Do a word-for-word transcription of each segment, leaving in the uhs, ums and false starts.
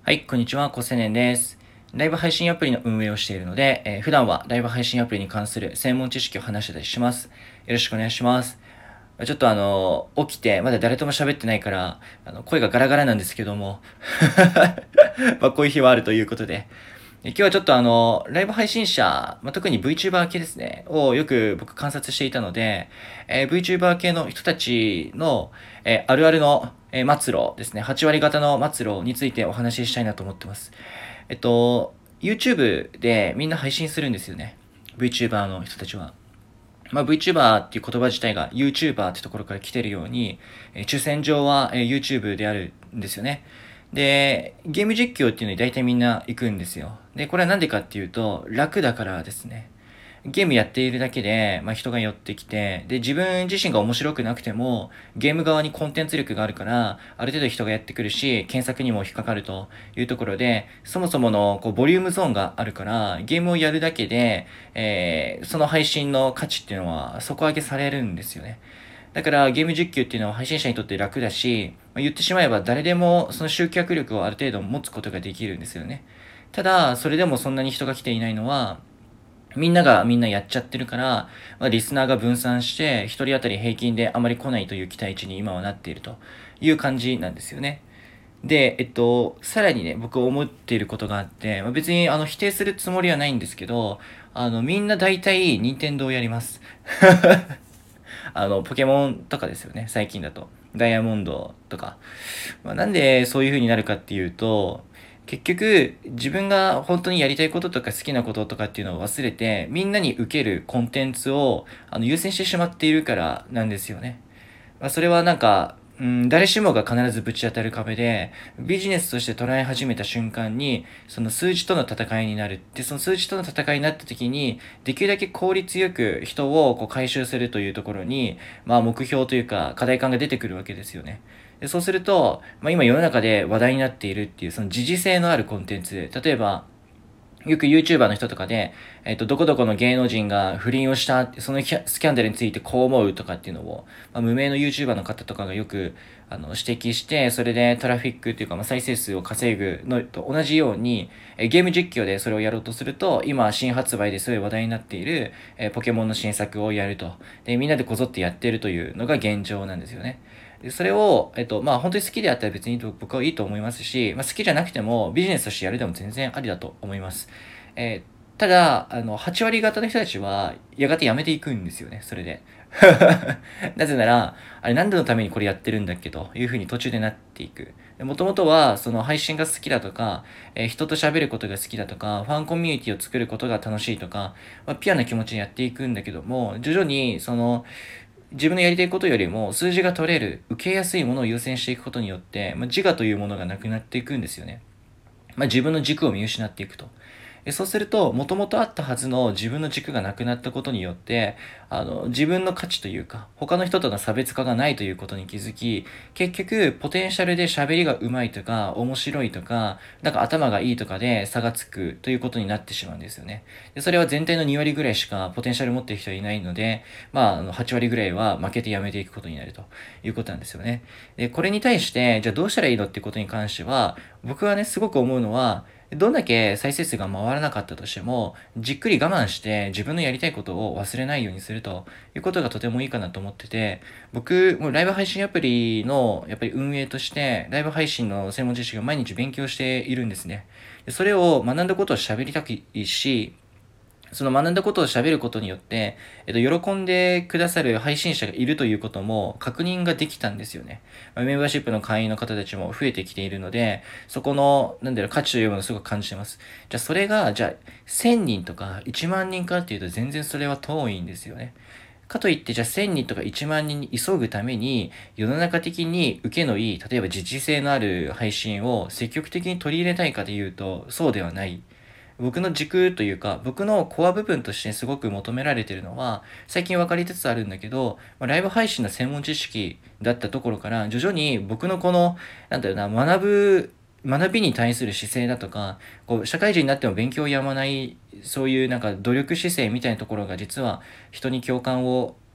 はい、こんにちは、コセネンです。ライブ配信アプリの運営をしているので、えー普段はライブ配信アプリに関する専門知識を話してたりします。よろしくお願いします。ちょっとあの、起きて、まだ誰とも喋ってないから、あの、声がガラガラなんですけども、まあ、こういう日はあるということで、今日はちょっとあの、ライブ配信者、まあ、特に VTuber 系ですね、をよく僕観察していたので、えー VTuber 系の人たちの、えーあるあるの、えー末路ですね、はち割型の末路についてお話ししたいなと思ってます。えっと、YouTube でみんな配信するんですよね。VTuber の人たちは。まあ、VTuber っていう言葉自体が YouTuber ってところから来てるように、えー主戦場は、えー YouTube であるんですよね。で、ゲーム実況っていうのに大体みんな行くんですよ。で、これはなんでかっていうと、楽だからですね。ゲームやっているだけで、まあ、人が寄ってきて、で、自分自身が面白くなくても、ゲーム側にコンテンツ力があるから、ある程度人がやってくるし、検索にも引っかかるというところで、そもそものこうボリュームゾーンがあるから、ゲームをやるだけで、えー、その配信の価値っていうのは底上げされるんですよね。だからゲーム実況っていうのは配信者にとって楽だし、まあ、言ってしまえば誰でもその集客力をある程度持つことができるんですよね。ただ、それでもそんなに人が来ていないのは、みんながみんなやっちゃってるから、まあ、リスナーが分散して、一人当たり平均であまり来ないという期待値に今はなっているという感じなんですよね。で、えっと、さらにね、僕思っていることがあって、まあ、別にあの否定するつもりはないんですけど、あの、みんな大体、任天堂をやります。あの、ポケモンとかですよね、最近だと。ダイヤモンドとか。まあ、なんでそういう風になるかっていうと、結局、自分が本当にやりたいこととか好きなこととかっていうのを忘れて、みんなに受けるコンテンツをあの優先してしまっているからなんですよね。まあ、それはなんか、うん、誰しもが必ずぶち当たる壁で、ビジネスとして捉え始めた瞬間に、その数字との戦いになる。で、その数字との戦いになった時に、できるだけ効率よく人をこう回収するというところに、まあ目標というか課題感が出てくるわけですよね。でそうすると、まあ今世の中で話題になっているっていう、その時事性のあるコンテンツ、例えば、よく YouTuber の人とかで、えっ、と、どこどこの芸能人が不倫をした、そのスキャンダルについてこう思うとかっていうのを、まあ、無名の YouTuber の方とかがよく、あの、指摘して、それでトラフィックっていうか、まあ、再生数を稼ぐのと同じように、えゲーム実況でそれをやろうとすると、今、新発売ですごい話題になっている、えポケモンの新作をやると。で、みんなでこぞってやってるというのが現状なんですよね。でそれを、えっと、まあ、本当に好きであったら別に僕はいいと思いますし、まあ、好きじゃなくてもビジネスとしてやるでも全然ありだと思います。えーただ、あの、はち割方の人たちは、やがてやめていくんですよね、それで。なぜなら、あれ何のためにこれやってるんだっけというふうに途中でなっていく。もともとは、その配信が好きだとか、えー人と喋ることが好きだとか、ファンコミュニティを作ることが楽しいとか、まあ、ピュアな気持ちでやっていくんだけども、徐々に、その、自分のやりたいことよりも数字が取れる、受けやすいものを優先していくことによって、まあ、自我というものがなくなっていくんですよね。まあ、自分の軸を見失っていくと。そうすると、もともとあったはずの自分の軸がなくなったことによって、あの、自分の価値というか、他の人との差別化がないということに気づき、結局、ポテンシャルで喋りが上手いとか、面白いとか、なんか頭がいいとかで差がつくということになってしまうんですよね。でそれは全体のに割ぐらいしかポテンシャル持ってる人はいないので、まあ、あのはち割ぐらいは負けてやめていくことになるということなんですよね。で、これに対して、じゃあどうしたらいいのっていうことに関しては、僕はね、すごく思うのは、どんだけ再生数が回らなかったとしても、じっくり我慢して自分のやりたいことを忘れないようにするということがとてもいいかなと思ってて、僕、もうライブ配信アプリのやっぱり運営として、ライブ配信の専門知識を毎日勉強しているんですね。それを学んだことを喋りたいし、その学んだことを喋ることによって、えっと、喜んでくださる配信者がいるということも確認ができたんですよね。まあメンバーシップの会員の方たちも増えてきているので、そこの、なんだろう、価値というものをすごく感じてます。じゃあ、それが、じゃあ、せんにんとかいちまん人かっていうと全然それは遠いんですよね。かといって、じゃあせんにんとかいちまん人に急ぐために、世の中的に受けのいい、例えば自治性のある配信を積極的に取り入れたいかというと、そうではない。僕の軸というか、僕のコア部分としてすごく求められているのは、最近分かりつつあるんだけど、まあライブ配信の専門知識だったところから、徐々に僕のこの、なんだろうな、学ぶ、学びに対する姿勢だとか、こう、社会人になっても勉強をやまない、そういうなんか努力姿勢みたいなところが実は人に共感を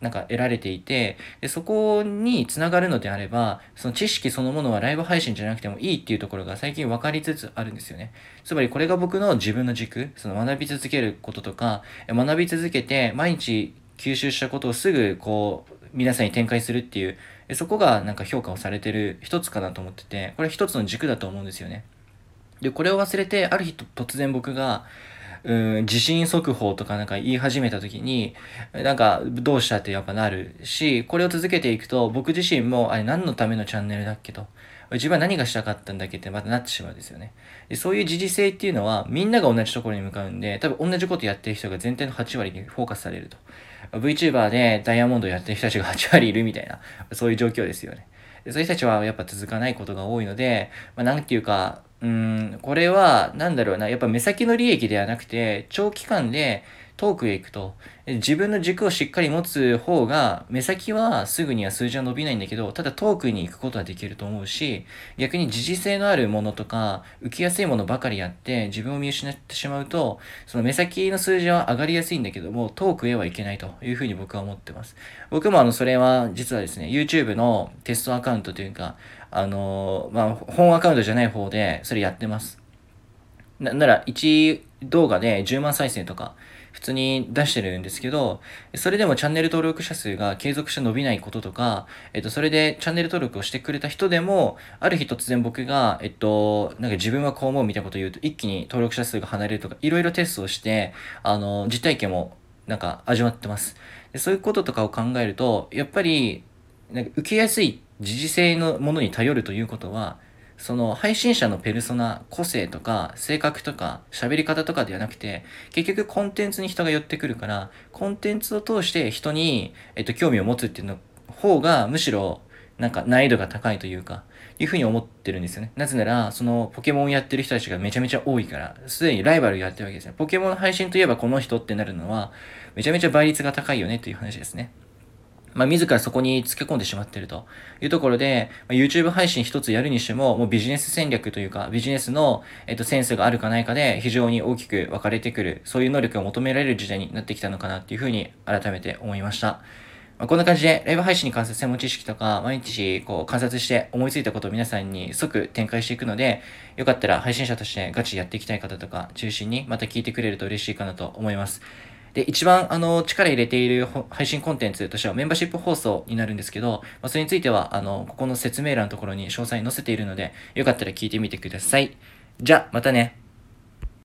なんか得られていて、でそこにつながるのであれば、その知識そのものはライブ配信じゃなくてもいいっていうところが最近分かりつつあるんですよね。つまりこれが僕の自分の軸、その学び続けることとか、学び続けて毎日吸収したことをすぐこう皆さんに展開するっていう、そこがなんか評価をされてる一つかなと思ってて、これ一つの軸だと思うんですよね。で、これを忘れて、ある日突然僕が、うん、地震速報とかなんか言い始めた時に、なんかどうしたってやっぱなるし、これを続けていくと僕自身もあれ何のためのチャンネルだっけと。自分は何がしたかったんだっけってまたなってしまうんですよね。でそういう時事性っていうのはみんなが同じところに向かうんで、多分同じことやってる人が全体のはち割にフォーカスされると。VTuber でダイヤモンドやってる人たちがはち割いるみたいな、そういう状況ですよね。でそういう人たちはやっぱ続かないことが多いので、まあ、なんていうか、うーん、これは、なんだろうな、やっぱ目先の利益ではなくて、長期間で遠くへ行くと、自分の軸をしっかり持つ方が、目先はすぐには数字は伸びないんだけど、ただ遠くに行くことはできると思うし、逆に時事性のあるものとか、浮きやすいものばかりやって、自分を見失ってしまうと、その目先の数字は上がりやすいんだけども、遠くへはいけないというふうに僕は思ってます。僕もあの、それは実はですね、YouTube のテストアカウントというか、あのー、まあ、本アカウントじゃない方で、それやってます。な、なら、いち動画でじゅうまん再生とか、普通に出してるんですけど、それでもチャンネル登録者数が継続して伸びないこととか、えっと、それでチャンネル登録をしてくれた人でも、ある日突然僕が、えっと、なんか自分はこう思うみたいなことを言うと、一気に登録者数が離れるとか、いろいろテストをして、あの、実体験も、なんか味わってます。でそういうこととかを考えると、やっぱり、なんか受けやすい時事性のものに頼るということは、その配信者のペルソナ、個性とか性格とか喋り方とかではなくて、結局コンテンツに人が寄ってくるから、コンテンツを通して人に、えっと、興味を持つっていうの方がむしろなんか難易度が高いというか、いうふうに思ってるんですよね。なぜなら、そのポケモンやってる人たちがめちゃめちゃ多いから、すでにライバルやってるわけですね。ポケモンの配信といえばこの人ってなるのは、めちゃめちゃ倍率が高いよねという話ですね。まあ、自らそこにつけ込んでしまっているというところで、まあ、YouTube 配信一つやるにしても、もうビジネス戦略というか、ビジネスの、えっと、センスがあるかないかで非常に大きく分かれてくる、そういう能力が求められる時代になってきたのかなっていうふうに改めて思いました。まあ、こんな感じで、ライブ配信に関する専門知識とか、毎日こう観察して思いついたことを皆さんに即展開していくので、よかったら配信者としてガチやっていきたい方とか中心にまた聞いてくれると嬉しいかなと思います。で、一番、あの、力入れている配信コンテンツとしてはメンバーシップ放送になるんですけど、まあ、それについては、あの、ここの説明欄のところに詳細載せているので、よかったら聞いてみてください。じゃあ、またね。